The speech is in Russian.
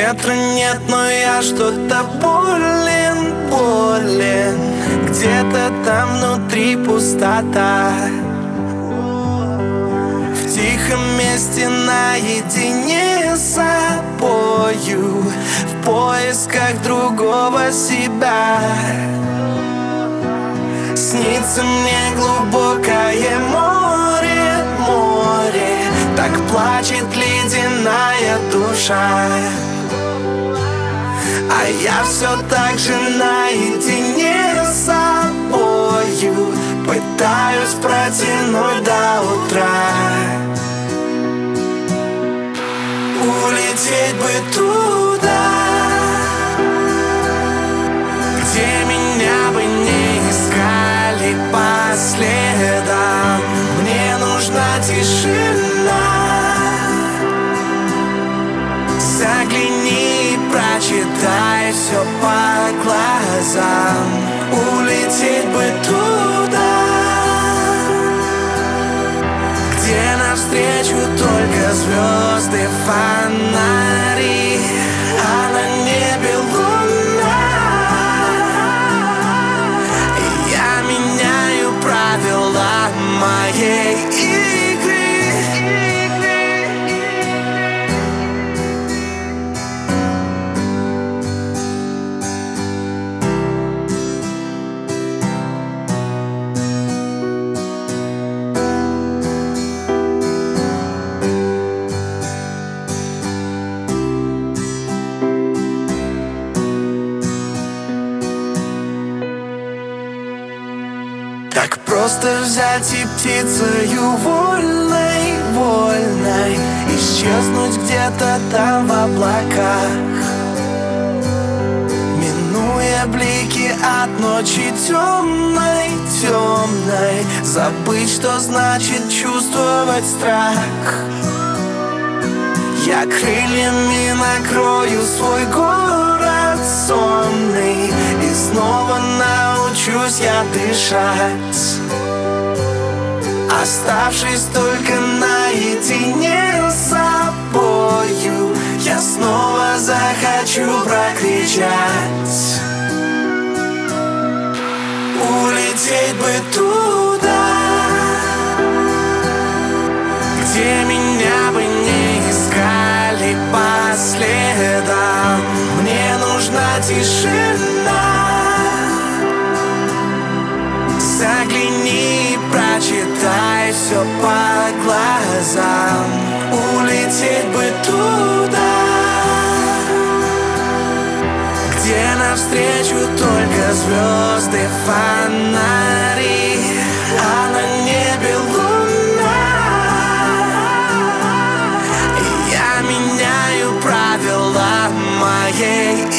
Ветра нет, но я что-то болен. Где-то там внутри пустота. В тихом месте наедине с собою, в поисках другого себя. Снится мне глубокое море, так плачет ледяная душа. А я все так же наедине с собою пытаюсь протянуть до утра. Улететь бы туда, где меня бы не искали по следам. Мне нужна тишина. Загляни и прочитай все по глазам. Улететь бы туда, где навстречу только звезды, фонари, а на небе луна. И я меняю правила моей игры. Так просто взять и птицею вольной исчезнуть где-то там в облаках, минуя блики от ночи темной, забыть, что значит чувствовать страх. Я крыльями накрою свой город сонный, и снова научусь я дышать, оставшись только наедине с собою. Я снова захочу прокричать: улететь бы туда, где меня бы не искали по следам. Мне нужна тишина. Загляни и прочитай все по глазам. Улететь бы туда, где навстречу только звезды, фонари, а на небе луна. И я меняю правила моей